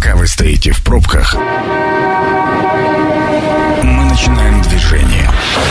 Пока вы стоите в пробках, мы начинаем движение.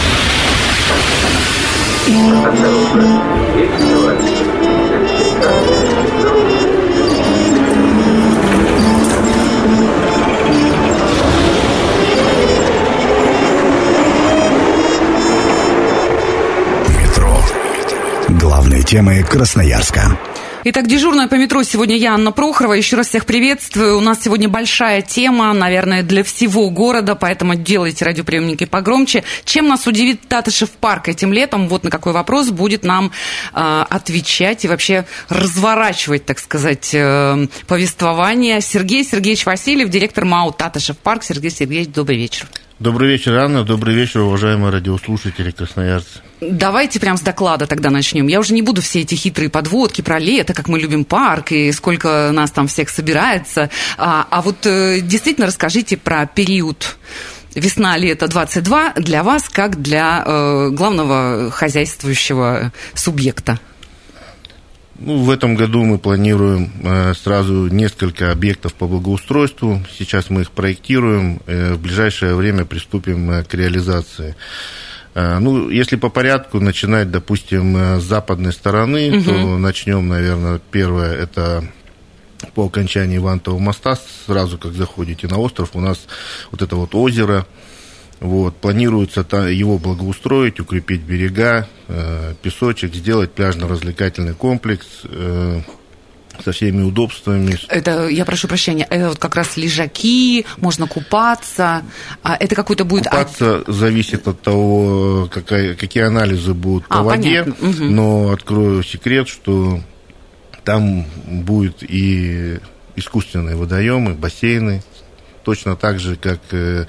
Метро. Главные темы Красноярска. Итак, дежурная по метро сегодня я, Анна Прохорова. Еще раз всех приветствую. У нас сегодня большая тема, наверное, для всего города, поэтому делайте радиоприемники погромче. Чем нас удивит Татышев парк этим летом? Вот на какой вопрос будет нам отвечать и вообще разворачивать, так сказать, повествование Сергей Сергеевич Васильев, директор МАУ Татышев парк. Сергей Сергеевич, добрый вечер. Добрый вечер, Анна. Добрый вечер, уважаемые радиослушатели, красноярцы. Давайте прям с доклада тогда начнем. Я уже не буду все эти хитрые подводки про лето, как мы любим парк и сколько нас там всех собирается. А вот действительно расскажите про период весна-лето 22 для вас, как для главного хозяйствующего субъекта. В этом году мы планируем сразу несколько объектов по благоустройству. Сейчас мы их проектируем. В ближайшее время приступим к реализации. Если по порядку начинать, допустим, с западной стороны, то начнем, наверное, первое, это по окончании Вантового моста, сразу как заходите на остров, у нас вот это вот озеро. Планируется его благоустроить, укрепить берега, песочек, сделать пляжно-развлекательный комплекс со всеми удобствами. Это, я прошу прощения, это вот как раз лежаки, можно купаться, а это какой-то будет... Купаться зависит от того, какие анализы будут по воде, но открою секрет, что там будут и искусственные водоемы, бассейны, точно так же, как...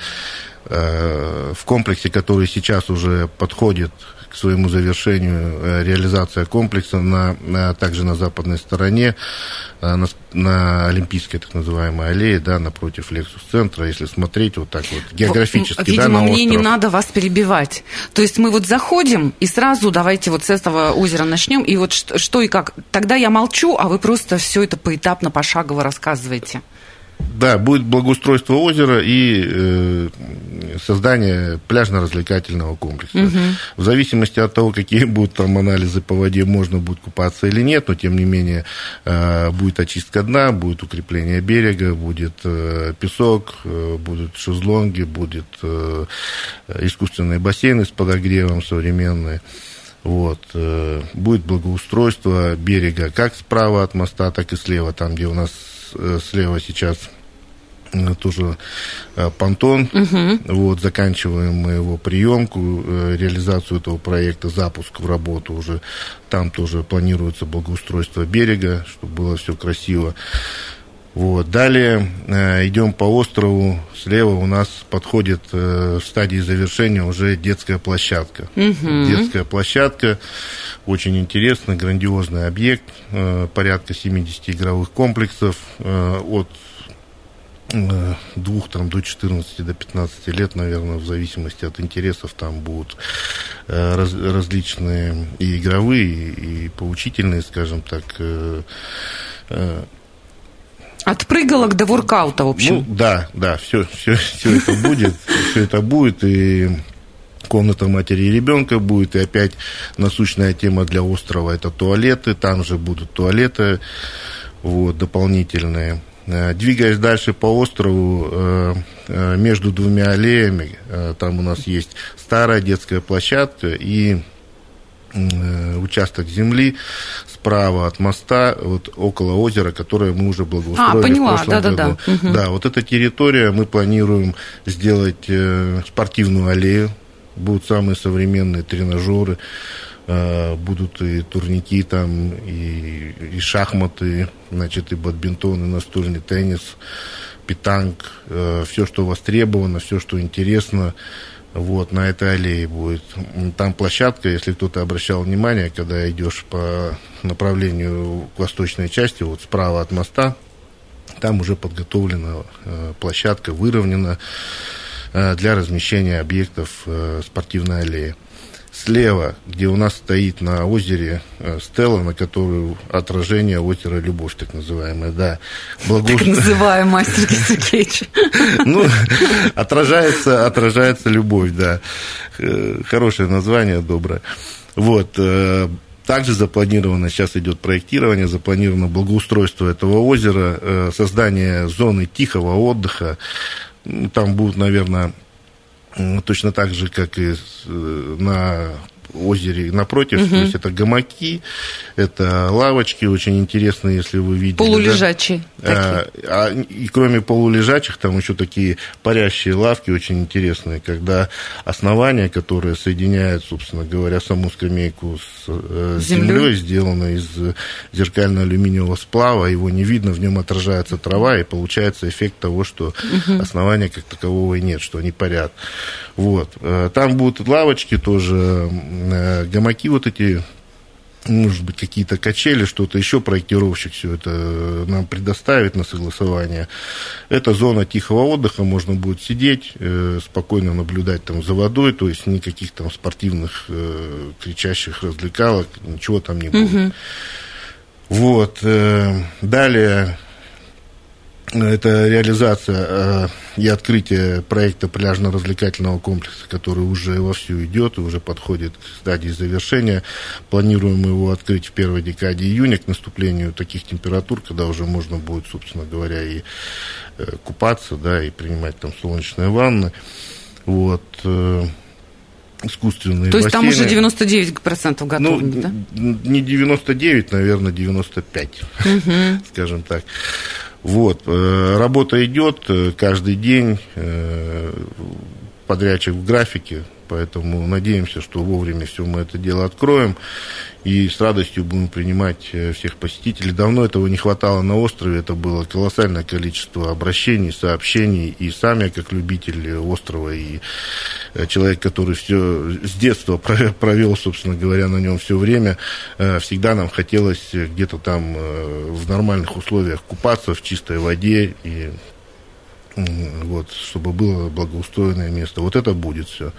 в комплексе, который сейчас уже подходит к своему завершению, реализация комплекса также на западной стороне, на Олимпийской так называемой аллее, напротив Лексус-центра, если смотреть вот так вот географически, видимо, на остров. Мне не надо вас перебивать. То есть мы вот заходим и сразу давайте вот с этого озера начнем, и вот что и как. Тогда я молчу, а вы просто все это поэтапно, пошагово рассказываете. Да, будет благоустройство озера и создание пляжно-развлекательного комплекса. В зависимости от того, какие будут там анализы по воде, можно будет купаться или нет, но тем не менее будет очистка дна, будет укрепление берега, будет песок, будут шезлонги, будет искусственные бассейны с подогревом современные. Будет благоустройство берега как справа от моста, так и слева, там, где у нас слева сейчас тоже понтон. Заканчиваем мы его приемку, реализацию этого проекта, запуск в работу уже. Там тоже планируется благоустройство берега, чтобы было все красиво. Далее идем по острову. Слева у нас подходит в стадии завершения уже детская площадка. Детская площадка. Очень интересный, грандиозный объект. Порядка 70 игровых комплексов. От 2 до 14, до 15 лет, наверное, в зависимости от интересов, там будут различные и игровые, и поучительные, скажем так, от прыгалок до воркаута, в общем. Да, все это будет, и комната матери и ребенка будет, и опять насущная тема для острова – это туалеты, там же будут туалеты дополнительные. Двигаясь дальше по острову, между двумя аллеями, там у нас есть старая детская площадка и участок земли справа от моста, около озера, которое мы уже благоустроили в прошлом году. Да, вот эта территория мы планируем сделать спортивную аллею, будут самые современные тренажеры, будут и турники там, и шахматы, и бадминтон, и настольный теннис, питанг, все, что востребовано, все, что интересно. На этой аллее будет. Там площадка, если кто-то обращал внимание, когда идешь по направлению к восточной части, справа от моста, там уже подготовлена площадка, выровнена для размещения объектов спортивной аллеи. слева, где у нас стоит на озере стела, на которую отражение озера Любовь, так называемое, да. Так называемое, Сергей Сергеевич. Ну, отражается любовь, да. Хорошее название, доброе. Вот. Также запланировано, сейчас идет проектирование, запланировано благоустройство этого озера, создание зоны тихого отдыха. Там будут, наверное, точно так же, как и на озере напротив, то есть это гамаки, это лавочки очень интересные, если вы видели. Полулежачие. Да? И кроме полулежачих, там еще такие парящие лавки очень интересные, когда основание, которое соединяет, собственно говоря, саму скамейку с землей, сделано из зеркально-алюминиевого сплава, его не видно, в нем отражается трава, и получается эффект того, что основания как такового и нет, что они парят. Вот. Там будут лавочки тоже, гамаки вот эти, может быть, какие-то качели, что-то еще, проектировщик все это нам предоставит на согласование. Это зона тихого отдыха, можно будет сидеть, спокойно наблюдать там за водой, то есть никаких там спортивных кричащих развлекалок, ничего там не будет. Вот. Далее это реализация и открытие проекта пляжно-развлекательного комплекса, который уже вовсю идет и уже подходит к стадии завершения. Планируем его открыть в первой декаде июня, к наступлению таких температур, когда уже можно будет, собственно говоря, и купаться, да, и принимать там солнечные ванны. Вот. Искусственные бассейны. То есть бассейны. Там уже 99% готовы, да? Не 99, наверное, 95, скажем так. Вот, работа идет каждый день, подрядчик в графике, поэтому надеемся, что вовремя все мы это дело откроем и с радостью будем принимать всех посетителей. Давно этого не хватало на острове, это было колоссальное количество обращений, сообщений, и сам я, как любитель острова, и человек, который все с детства провел, собственно говоря, на нем все время, всегда нам хотелось где-то там в нормальных условиях купаться в чистой воде, и вот, чтобы было благоустроенное место. Вот это будет все.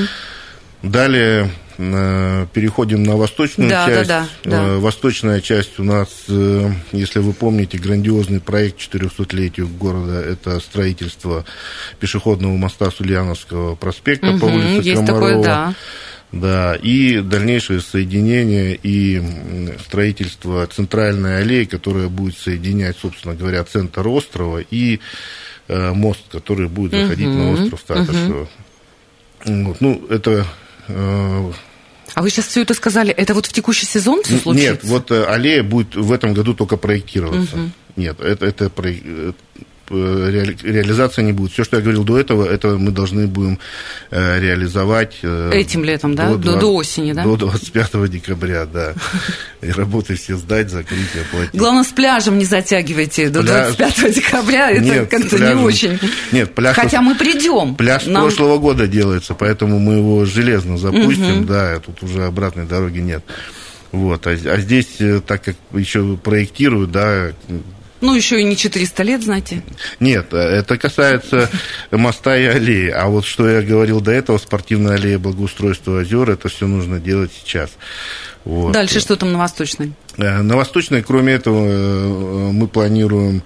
Далее переходим на восточную часть. Да. Восточная часть у нас, если вы помните, грандиозный проект 400-летию города, это строительство пешеходного моста с Ульяновского проспекта по улице Комарова. Такое, да, и дальнейшее соединение и строительство центральной аллеи, которая будет соединять, собственно говоря, центр острова и мост, который будет заходить на остров Татышева. Вот, ну, это... А вы сейчас все это сказали, это вот в текущий сезон все случится? Нет, вот аллея будет в этом году только проектироваться. Нет, это реализация не будет. Все, что я говорил до этого, это мы должны будем реализовать... Этим летом, да? До осени, да? До 25 декабря, да. И работы все сдать, закрыть и оплатить. Главное, с пляжем не затягивайте до 25 декабря, это как-то не очень. Нет, пляж... Хотя мы придем. Пляж с прошлого года делается, поэтому мы его железно запустим, да, тут уже обратной дороги нет. Вот, а здесь, так как еще проектируют, да... Ну, еще и не 400 лет, знаете. Нет, это касается моста и аллеи. А вот что я говорил до этого, спортивная аллея, благоустройство озер, это все нужно делать сейчас. Вот. Дальше что там на Восточной? На Восточной, кроме этого, мы планируем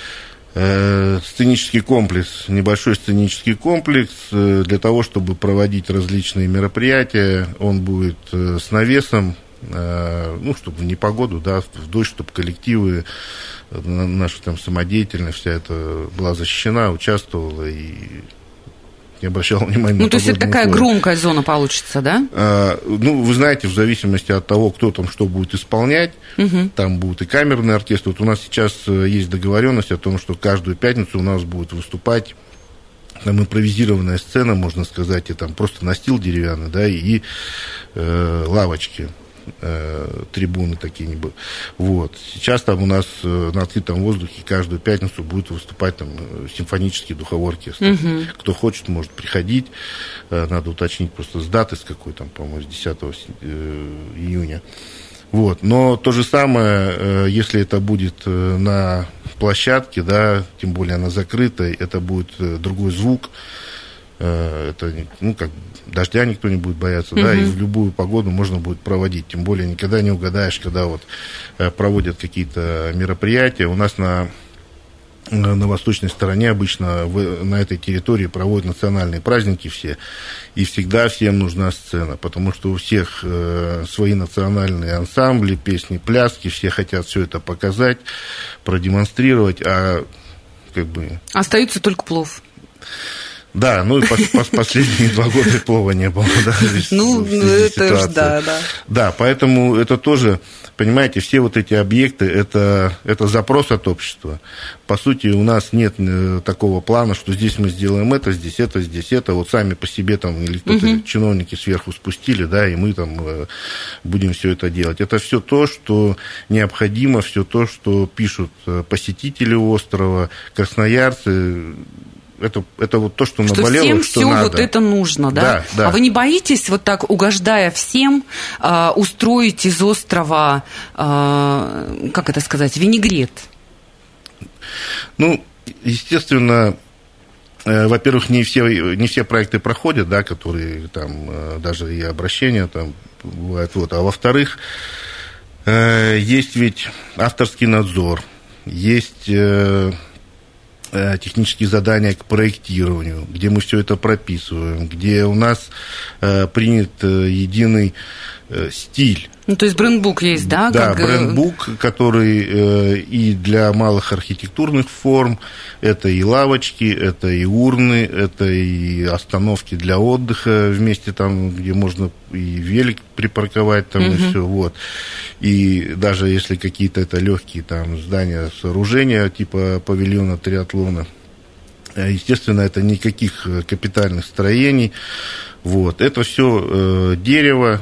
сценический комплекс, небольшой сценический комплекс для того, чтобы проводить различные мероприятия. Он будет с навесом, ну, чтобы в непогоду, да, в дождь, чтобы коллективы, наша там самодеятельность вся эта была защищена, участвовала и не обращала внимания на погодные условия. Ну, то есть это такая громкая зона получится, да? Ну, вы знаете, в зависимости от того, кто там что будет исполнять, там будут и камерные оркестры. Вот у нас сейчас есть договоренность о том, что каждую пятницу у нас будет выступать там импровизированная сцена, можно сказать, и там просто настил деревянный, да, и лавочки. Трибуны такие. Вот. Сейчас там у нас на открытом воздухе каждую пятницу будет выступать там симфонический духовой оркестр. Кто хочет, может приходить. Надо уточнить просто с даты, с какой там, по-моему, с 10 июня. Вот. Но то же самое, если это будет на площадке, да, тем более она закрытая, это будет другой звук. Это, как дождя никто не будет бояться, да, и в любую погоду можно будет проводить. Тем более никогда не угадаешь, когда вот проводят какие-то мероприятия. У нас на восточной стороне обычно на этой территории проводят национальные праздники все, и всегда всем нужна сцена, потому что у всех свои национальные ансамбли, песни, пляски, все хотят все это показать, продемонстрировать, а остается только плов. Да, и последние 2 года плова не было, да, это уж да. Да, поэтому это тоже, понимаете, все вот эти объекты, это запрос от общества. По сути, у нас нет такого плана, что здесь мы сделаем это, здесь это, вот сами по себе там, или кто-то, чиновники сверху спустили, да, и мы там будем все это делать. Это все то, что необходимо, все то, что пишут посетители острова, красноярцы. Это вот то, что наболело, всем что все надо. Вот это нужно, да? Да. А вы не боитесь, вот так, угождая всем, устроить из острова, как это сказать, винегрет? Естественно, во-первых, не все проекты проходят, да, которые там даже и обращения там бывают. Вот. А во-вторых, есть ведь авторский надзор, есть технические задания к проектированию, где мы все это прописываем, где у нас принят единый стиль. То есть брендбук есть, да? Да, брендбук, который и для малых архитектурных форм, это и лавочки, это и урны, это и остановки для отдыха вместе там, где можно и велик припарковать там, и все, вот. И даже если какие-то это легкие там здания, сооружения, типа павильона триатлона, естественно, это никаких капитальных строений, вот. Это все дерево,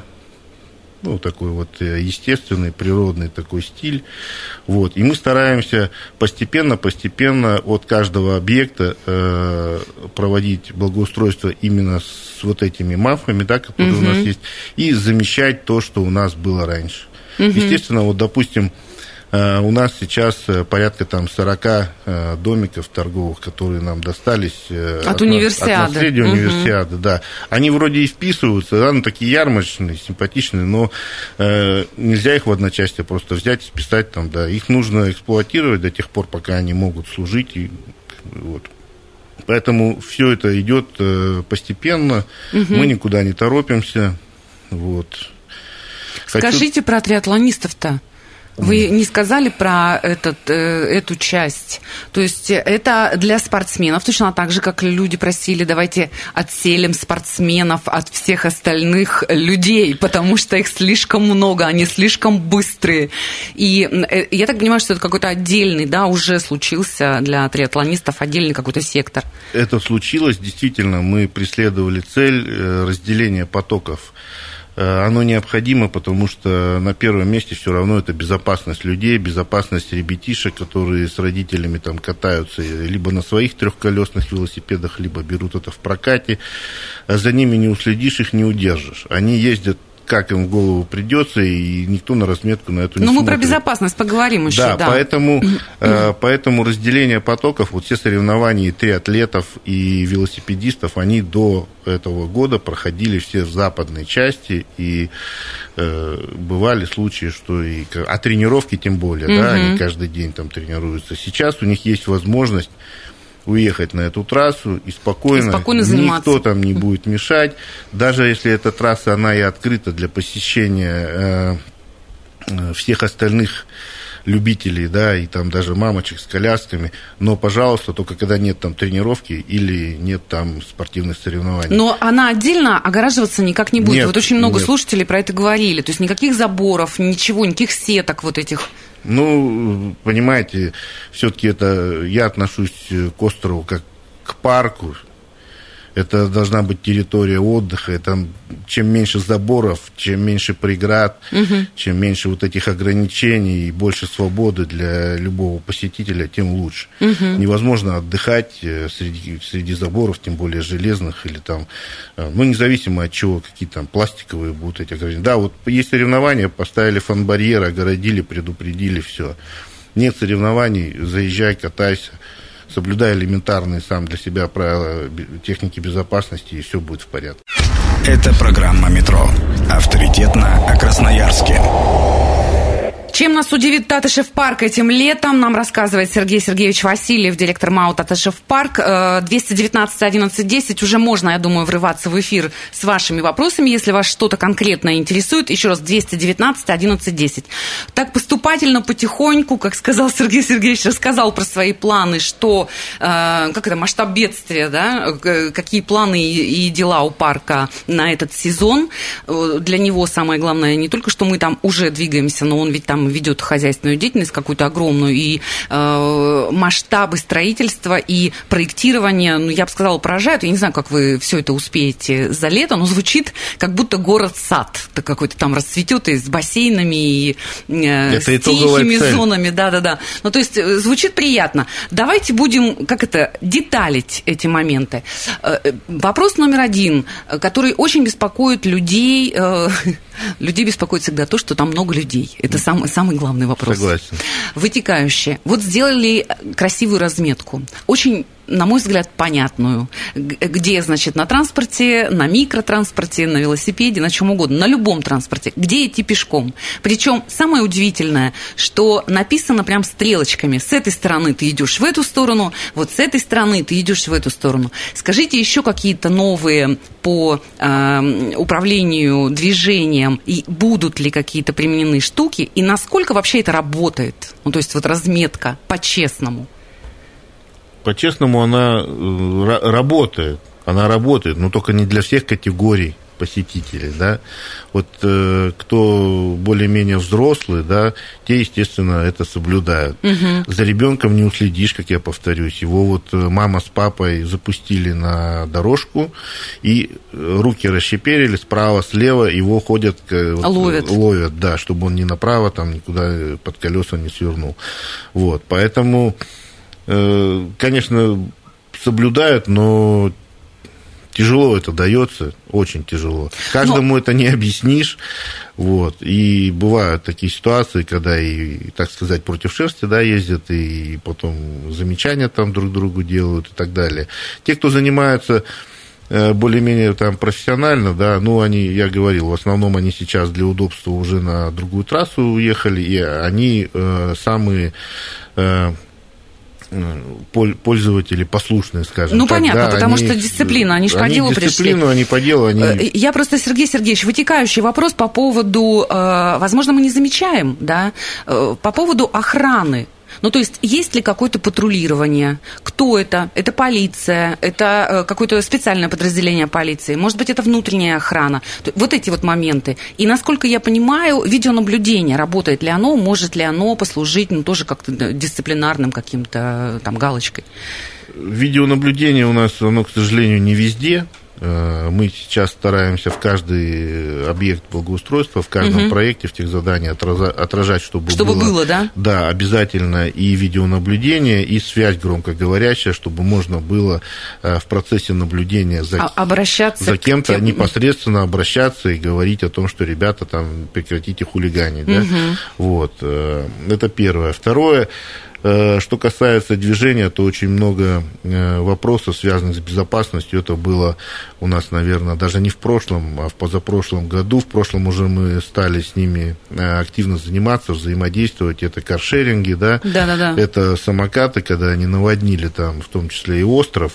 такой вот естественный, природный такой стиль. Вот. И мы стараемся постепенно от каждого объекта проводить благоустройство именно с вот этими мафами, да, которые у нас есть, и замещать то, что у нас было раньше. Естественно, вот, допустим, у нас сейчас порядка там 40 домиков торговых, которые нам достались от универсиады. От наследия универсиады, да. Они вроде и вписываются, да, такие ярмарочные, симпатичные, но нельзя их в одночасье просто взять и списать там, да. Их нужно эксплуатировать до тех пор, пока они могут служить. И, вот. Поэтому все это идет постепенно, мы никуда не торопимся. Вот. Скажите про триатлонистов-то. Вы не сказали про эту часть. То есть это для спортсменов, точно так же, как люди просили, давайте отселим спортсменов от всех остальных людей, потому что их слишком много, они слишком быстрые. И я так понимаю, что это какой-то отдельный, да, уже случился для триатлонистов отдельный какой-то сектор. Это случилось, действительно, мы преследовали цель разделения потоков. Оно необходимо, потому что на первом месте все равно это безопасность людей, безопасность ребятишек, которые с родителями там катаются либо на своих трехколесных велосипедах, либо берут это в прокате. За ними не уследишь, их не удержишь. Они ездят, как им в голову придется, и никто на разметку на эту не смотрит. Мы про безопасность поговорим еще, да. Поэтому разделение потоков, вот все соревнования и триатлетов, и велосипедистов, они до этого года проходили все в западной части, и бывали случаи, что а тренировки тем более, да, они каждый день там тренируются. Сейчас у них есть возможность уехать на эту трассу и спокойно заниматься. Никто там не будет мешать. Даже если эта трасса, она и открыта для посещения всех остальных любителей, да, и там даже мамочек с колясками, но, пожалуйста, только когда нет там тренировки или нет там спортивных соревнований. Но она отдельно огораживаться никак не будет. Нет, вот очень много слушателей про это говорили. То есть никаких заборов, ничего, никаких сеток вот этих. Понимаете, все-таки это я отношусь к острову как к парку. Это должна быть территория отдыха. И там, чем меньше заборов, чем меньше преград, чем меньше вот этих ограничений и больше свободы для любого посетителя, тем лучше. Невозможно отдыхать среди заборов, тем более железных, или там, независимо от чего, какие там пластиковые будут эти ограничения. Да, вот есть соревнования, поставили фан-барьер, огородили, предупредили, все. Нет соревнований, заезжай, катайся. соблюдай элементарные сам для себя правила техники безопасности, и все будет в порядке. Это программа «Метро». Авторитетно о Красноярске. Чем нас удивит Татышев парк этим летом, нам рассказывает Сергей Сергеевич Васильев, директор МАУ «Татышев парк». 219-11-10, уже можно, я думаю, врываться в эфир с вашими вопросами, если вас что-то конкретно интересует. Еще раз, 219-11-10. Так поступательно, потихоньку, как сказал Сергей Сергеевич, рассказал про свои планы, что, масштаб бедствия, да, какие планы и дела у парка на этот сезон. Для него самое главное не только, что мы там уже двигаемся, но он ведь там ведет хозяйственную деятельность какую-то огромную, и масштабы строительства и проектирования, я бы сказала, поражают. Я не знаю, как вы все это успеете за лето, но звучит, как будто город-сад какой-то там расцветет и с бассейнами, и с тихими зонами. Да-да-да. Ну, то есть звучит приятно. Давайте будем, деталить эти моменты. Вопрос номер один, который очень беспокоит людей. Людей беспокоит всегда то, что там много людей. Это самый главный вопрос. Согласен. Вытекающее. Вот сделали красивую разметку. Очень, на мой взгляд, понятную. Где, значит, на транспорте, на микротранспорте, на велосипеде, на чем угодно, на любом транспорте. Где идти пешком. Причем самое удивительное, что написано прям стрелочками. С этой стороны ты идешь в эту сторону, вот с этой стороны ты идешь в эту сторону. Скажите еще какие-то новые по управлению движением, и будут ли какие-то применены штуки, и насколько вообще это работает? Ну, то есть вот разметка по-честному. По-честному она работает. Она работает, но только не для всех категорий посетителей, да. Вот кто более-менее взрослый, да, те, естественно, это соблюдают. Угу. За ребенком не уследишь, как я повторюсь. Его вот мама с папой запустили на дорожку, и руки расщеперили справа, слева, его ходят, ловят, да, чтобы он ни направо, там, никуда под колеса не свернул. Вот, поэтому, конечно, соблюдают, но тяжело это дается, очень тяжело. Каждому это не объяснишь. Вот. И бывают такие ситуации, когда и, так сказать, против шерсти, да, ездят, и потом замечания там друг другу делают и так далее. Те, кто занимается более-менее там профессионально, да, они, я говорил, в основном они сейчас для удобства уже на другую трассу уехали, и они самые пользователи послушные, скажем так. Понятно, потому что дисциплина, они же по делу пришли. Дисциплину, они по делу, они... Я просто, Сергей Сергеевич, вытекающий вопрос по поводу, возможно, мы не замечаем, да, по поводу охраны. То есть ли какое-то патрулирование? Кто это? Это полиция? Это какое-то специальное подразделение полиции? Может быть, это внутренняя охрана? Вот эти вот моменты. И, насколько я понимаю, видеонаблюдение, работает ли оно, может ли оно послужить, тоже как-то дисциплинарным каким-то там галочкой? Видеонаблюдение у нас, оно, к сожалению, не везде. Мы сейчас стараемся в каждый объект благоустройства, в каждом проекте, в техзадании отражать, чтобы было, да? Да, обязательно и видеонаблюдение, и связь громкоговорящая, чтобы можно было в процессе наблюдения за кем-то непосредственно обращаться и говорить о том, что ребята, там, прекратите хулиганить. Да? Вот. Это первое. Второе. Что касается движения, то очень много вопросов, связанных с безопасностью. Это было у нас, наверное, даже не в прошлом, а в позапрошлом году. В прошлом уже мы стали с ними активно заниматься, взаимодействовать. Это каршеринги, да? Да. Это самокаты, когда они наводнили там, в том числе и остров.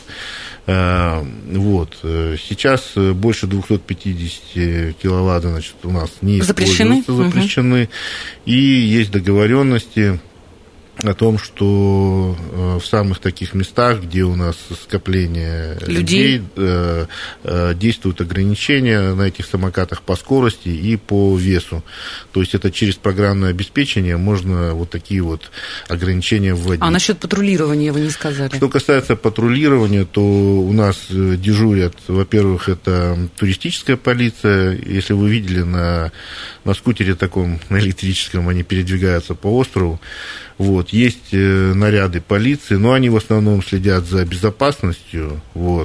Вот. Сейчас больше 250 киловатт, значит, у нас не используются, запрещены. И есть договоренности о том, что в самых таких местах, где у нас скопление людей, действуют ограничения на этих самокатах по скорости и по весу. То есть это через программное обеспечение можно вот такие вот ограничения вводить. А насчет патрулирования вы не сказали? Что касается патрулирования, то у нас дежурят, во-первых, это туристическая полиция. Если вы видели на скутере таком, на электрическом, они передвигаются по острову. Вот, есть наряды полиции, но они в основном следят за безопасностью. Вот.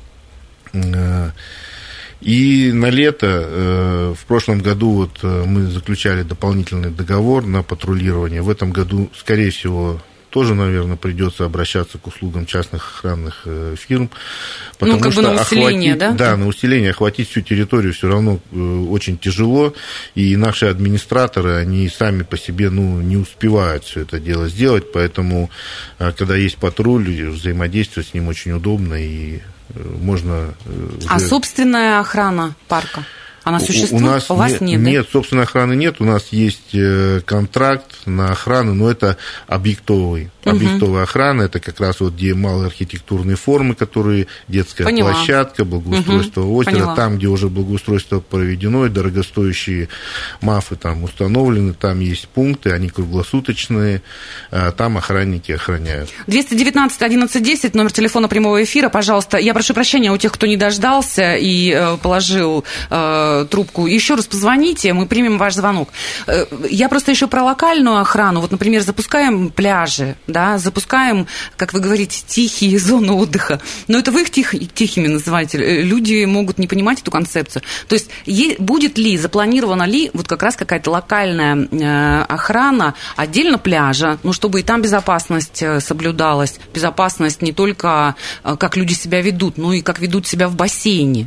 И на лето, в прошлом году мы заключали дополнительный договор на патрулирование. В этом году, скорее всего, тоже, наверное, придется обращаться к услугам частных охранных фирм. Потому как бы на усиление, да? Да, на усиление. Охватить всю территорию все равно очень тяжело, и наши администраторы, они сами по себе, не успевают все это дело сделать, поэтому, когда есть патруль, взаимодействовать с ним очень удобно, и можно... А собственная охрана парка? Она существует? У вас нет? Нет, собственной охраны нет. У нас есть контракт на охрану, но это объектовая охрана. Это как раз вот где малые архитектурные формы, которые детская площадка, благоустройство озера. Там, где уже благоустройство проведено, и дорогостоящие МАФы там установлены, там есть пункты, они круглосуточные, там охранники охраняют. 219-11-10, номер телефона прямого эфира, пожалуйста. Я прошу прощения у тех, кто не дождался и положил трубку. Еще раз позвоните, мы примем ваш звонок. Я просто еще про локальную охрану. Вот, например, запускаем пляжи, да, запускаем, как вы говорите, тихие зоны отдыха. Но это вы их тихими называете. Люди могут не понимать эту концепцию. То есть будет ли, запланирована ли вот как раз какая-то локальная охрана отдельно пляжа, чтобы и там безопасность соблюдалась. Безопасность не только как люди себя ведут, но и как ведут себя в бассейне.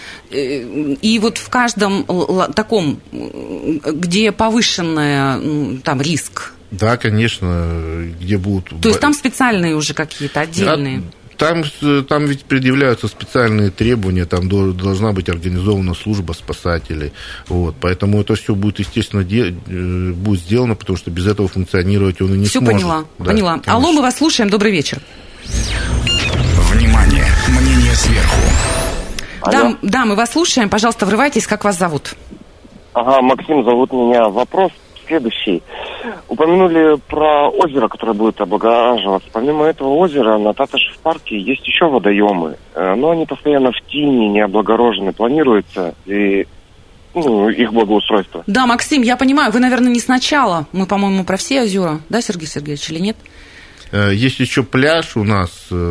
И вот в каждом таком, где повышенный там риск. Да, конечно, где будут... То есть там специальные уже какие-то отдельные... Там ведь предъявляются специальные требования, там должна быть организована служба спасателей. Вот, поэтому это все будет, естественно, будет сделано, потому что без этого функционировать он и не сможет. Все поняла. Конечно. Алло, мы вас слушаем, добрый вечер. Внимание, мнение сверху. Да, мы вас слушаем. Пожалуйста, врывайтесь, как вас зовут? Максим зовут меня. Вопрос следующий. Упомянули про озеро, которое будет облагораживаться. Помимо этого озера на Татышев парке есть еще водоемы, но они постоянно в тени, не облагорожены. Планируется ли их благоустройство? Да, Максим, я понимаю, вы, наверное, не сначала. Мы, по-моему, про все озера, да, Сергей Сергеевич, или нет? Есть еще пляж у нас,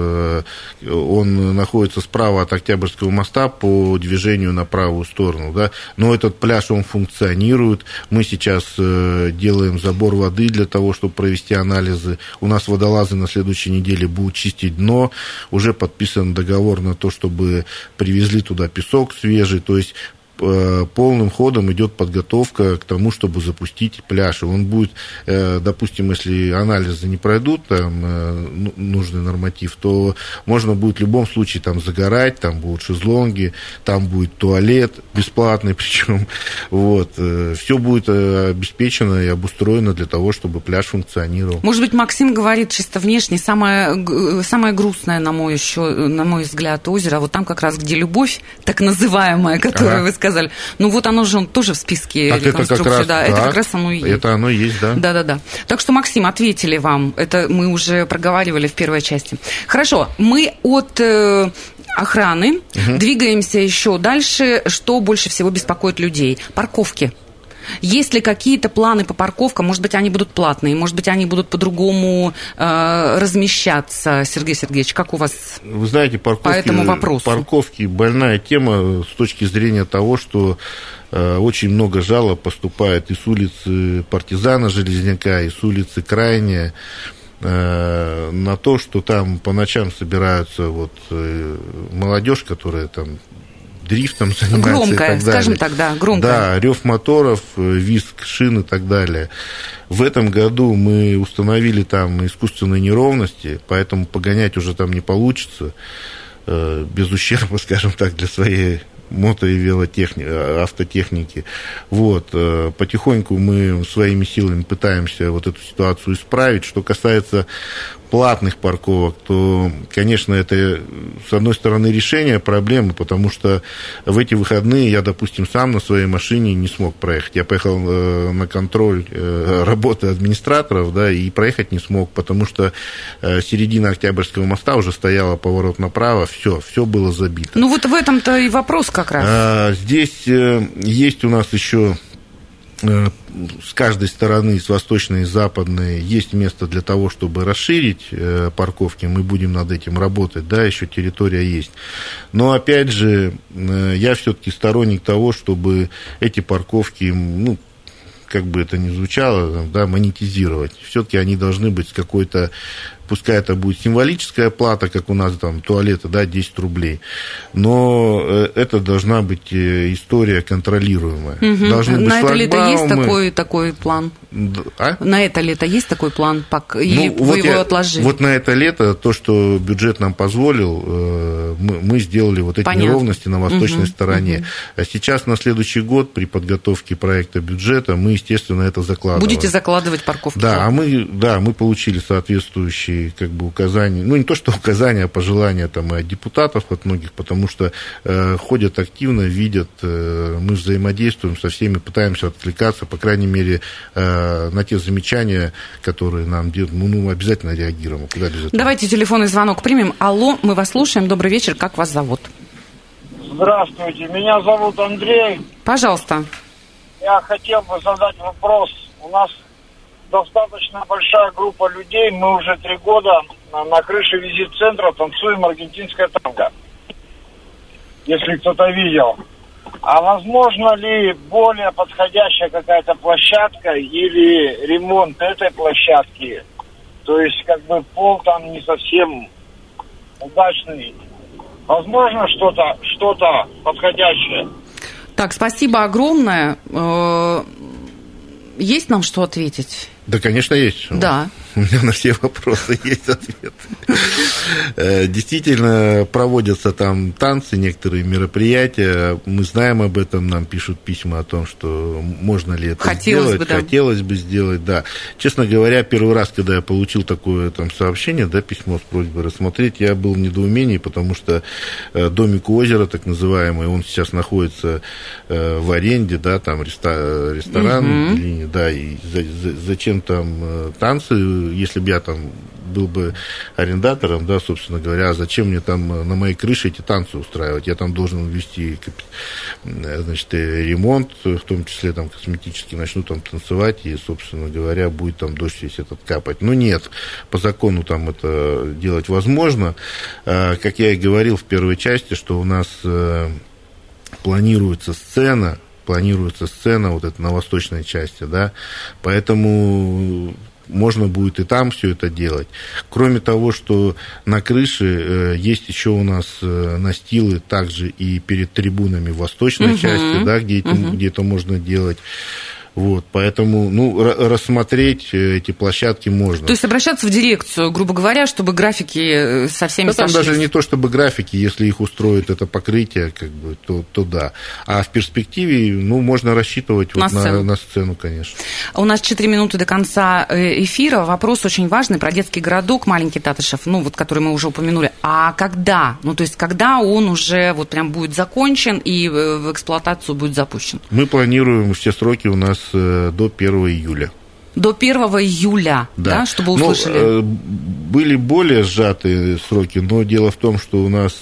он находится справа от Октябрьского моста по движению на правую сторону, да, но этот пляж, он функционирует, мы сейчас делаем забор воды для того, чтобы провести анализы, у нас водолазы на следующей неделе будут чистить дно, уже подписан договор на то, чтобы привезли туда песок свежий, то есть полным ходом идет подготовка к тому, чтобы запустить пляж. И он будет, допустим, если анализы не пройдут, там нужный норматив, то можно будет в любом случае там загорать, там будут шезлонги, там будет туалет бесплатный, причем вот, все будет обеспечено и обустроено для того, чтобы пляж функционировал. Может быть, Максим говорит чисто внешне, самое грустное, на мой взгляд, озеро, вот там как раз, где любовь, так называемая, которую вы сказали, вот оно же тоже в списке так реконструкции. Это как раз оно и есть. Это оно и есть, да. Да. Так что, Максим, ответили вам. Это мы уже проговаривали в первой части. Хорошо, мы от охраны двигаемся еще дальше. Что больше всего беспокоит людей? Парковки. Есть ли какие-то планы по парковкам? Может быть, они будут платные, может быть, они будут по-другому размещаться. Сергей Сергеевич, как у вас? Вы знаете, по этому вопросу? Парковки больная тема с точки зрения того, что очень много жалоб поступает и с улицы Партизана Железняка, и с улицы Крайняя на то, что там по ночам собираются молодежь, которая там дрифтом занимается. Громкая, и так далее. Скажем так, да, громкая. Да, рев моторов, визг шин и так далее. В этом году мы установили там искусственные неровности, поэтому погонять уже там не получится, без ущерба, скажем так, для своей мото- и автотехники. Потихоньку мы своими силами пытаемся эту ситуацию исправить. Что касается платных парковок, то, конечно, это, с одной стороны, решение проблемы, потому что в эти выходные я, допустим, сам на своей машине не смог проехать. Я поехал на контроль работы администраторов, да, и проехать не смог, потому что середина Октябрьского моста уже стояла поворот направо, все было забито. В этом-то и вопрос как раз. Здесь есть у нас еще с каждой стороны, с восточной и западной, есть место для того, чтобы расширить парковки. Мы будем над этим работать, да, еще территория есть. Но, опять же, я все-таки сторонник того, чтобы эти парковки, как бы это ни звучало, да, монетизировать. Все-таки они должны быть с какой-то, пускай это будет символическая плата, как у нас там туалеты, да, 10 рублей, но это должна быть история контролируемая. Должны быть на это лето есть такой план? А? На это лето есть такой план? Или вы его отложили? Вот на это лето то, что бюджет нам позволил, мы сделали вот эти неровности на восточной стороне. А сейчас на следующий год при подготовке проекта бюджета мы, естественно, это закладываем. Будете закладывать парковки? Да, мы получили соответствующие как бы указания, ну, не то что указания, а пожелания там и от депутатов, от многих, потому что ходят активно, видят, мы взаимодействуем со всеми, пытаемся откликаться, по крайней мере, на те замечания, которые нам делают, ну, обязательно реагируем. Куда без этого? Давайте телефонный звонок примем. Алло, мы вас слушаем. Добрый вечер. Как вас зовут? Здравствуйте. Меня зовут Андрей. Пожалуйста. Я хотел бы задать вопрос. У нас достаточно большая группа людей. Мы уже 3 года на крыше визит-центра танцуем аргентинское танго. Если кто-то видел. А возможно ли более подходящая какая-то площадка или ремонт этой площадки? То есть, как бы, пол там не совсем удачный. Возможно, что-то подходящее? Так, спасибо огромное. Есть нам что ответить? Да, конечно, есть. Да. У меня на все вопросы есть ответ. Действительно, проводятся там танцы, некоторые мероприятия. Мы знаем об этом, нам пишут письма о том, что можно ли это сделать. Хотелось бы сделать, да. Честно говоря, первый раз, когда я получил такое там сообщение, да, письмо с просьбой рассмотреть, я был в недоумении, потому что домик у озера, так называемый, он сейчас находится в аренде, да, там ресторан, да, и зачем там танцы, если бы я там был бы арендатором, да, собственно говоря, зачем мне там на моей крыше эти танцы устраивать? Я там должен ввести, значит, ремонт, в том числе там косметически, начну там танцевать, и, собственно говоря, будет там дождь весь этот капать. Но нет, по закону там это делать возможно. Как я и говорил в первой части, что у нас планируется сцена вот эта на восточной части, да, поэтому можно будет и там все это делать. Кроме того, что на крыше есть еще у нас настилы также и перед трибунами в восточной части, да, где это можно делать. Вот, поэтому, ну, рассмотреть эти площадки можно. То есть обращаться в дирекцию, грубо говоря, чтобы графики со всеми сошлись? Там даже не то, чтобы графики, если их устроит это покрытие, как бы, то да. А в перспективе, ну, можно рассчитывать на сцену, конечно. У нас 4 минуты до конца эфира. Вопрос очень важный про детский городок Маленький Татышев, ну, вот, который мы уже упомянули. А когда? Ну, то есть, когда он уже вот прям будет закончен и в эксплуатацию будет запущен? Мы планируем, все сроки у нас до 1 июля. До 1 июля, да, чтобы услышали? Были более сжатые сроки, но дело в том, что у нас,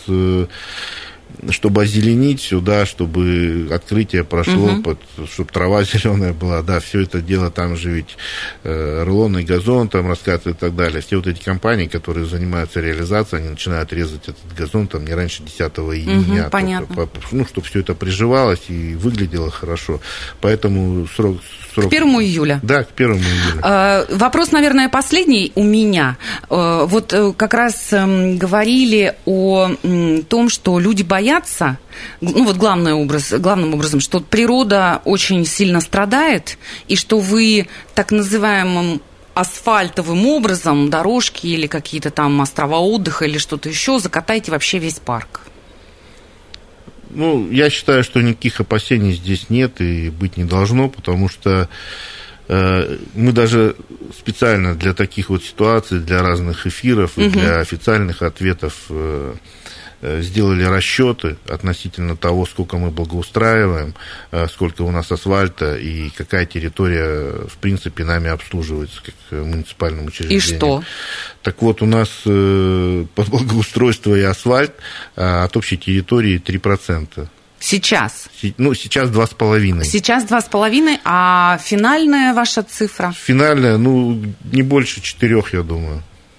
чтобы озеленить сюда, чтобы открытие прошло, чтобы трава зеленая была, да, все это дело, там же ведь рулонный газон там раскатывают и так далее. Все вот эти компании, которые занимаются реализацией, они начинают резать этот газон там не раньше 10 июня. Понятно. Ну, чтобы все это приживалось и выглядело хорошо. Поэтому срок... К 1 июля. Да, к 1 июля. Вопрос, наверное, последний у меня. Вот как раз говорили о том, что люди боятся, ну вот главным образом, что природа очень сильно страдает, и что вы так называемым асфальтовым образом, дорожки или какие-то там острова отдыха или что-то еще, закатаете вообще весь парк. Ну, я считаю, что никаких опасений здесь нет и быть не должно, потому что мы даже специально для таких вот ситуаций, для разных эфиров и для официальных ответов сделали расчеты относительно того, сколько мы благоустраиваем, сколько у нас асфальта и какая территория, в принципе, нами обслуживается как муниципальным учреждением. И что? Так вот, у нас под благоустройство и асфальт от общей территории 3%. Сейчас? Ну, сейчас 2,5%. Сейчас 2,5%, а финальная ваша цифра? Финальная, ну, не больше 4%, я думаю.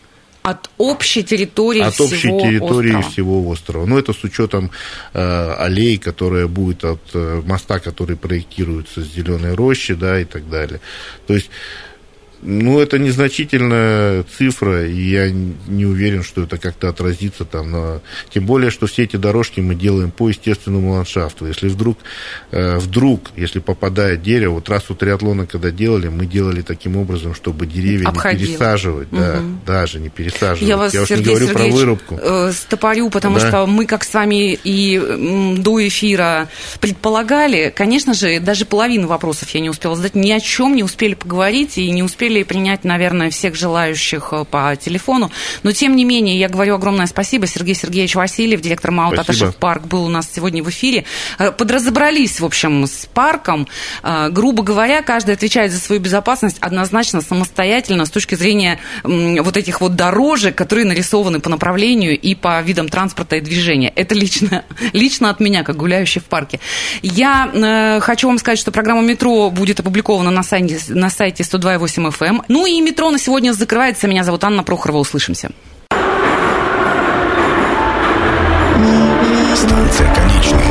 От общей территории всего острова. Но это с учетом аллей, которая будет от моста, который проектируется с Зеленой рощи, да, и так далее. То есть, это незначительная цифра, и я не уверен, что это как-то отразится там. Тем более, что все эти дорожки мы делаем по естественному ландшафту. Если вдруг, если попадает дерево, вот трассу триатлона, когда делали, мы делали таким образом, чтобы деревья не пересаживать, да, даже не пересаживать. Я вас, Сергей не говорю про вырубку. Стопорю, потому что мы, как с вами и до эфира предполагали, конечно же, даже половину вопросов я не успела задать, ни о чем не успели поговорить и не успели принять, наверное, всех желающих по телефону. Но, тем не менее, я говорю огромное спасибо. Сергей Сергеевич Васильев, директор МАО «Таташев парк», был у нас сегодня в эфире. Подразобрались, в общем, с парком. Грубо говоря, каждый отвечает за свою безопасность однозначно, самостоятельно, с точки зрения вот этих вот дорожек, которые нарисованы по направлению и по видам транспорта и движения. Это лично от меня, как гуляющей в парке. Я хочу вам сказать, что программа «Метро» будет опубликована на сайте 102.8 FM. Ну и «Метро» на сегодня закрывается. Меня зовут Анна Прохорова. Услышимся. Станция конечная.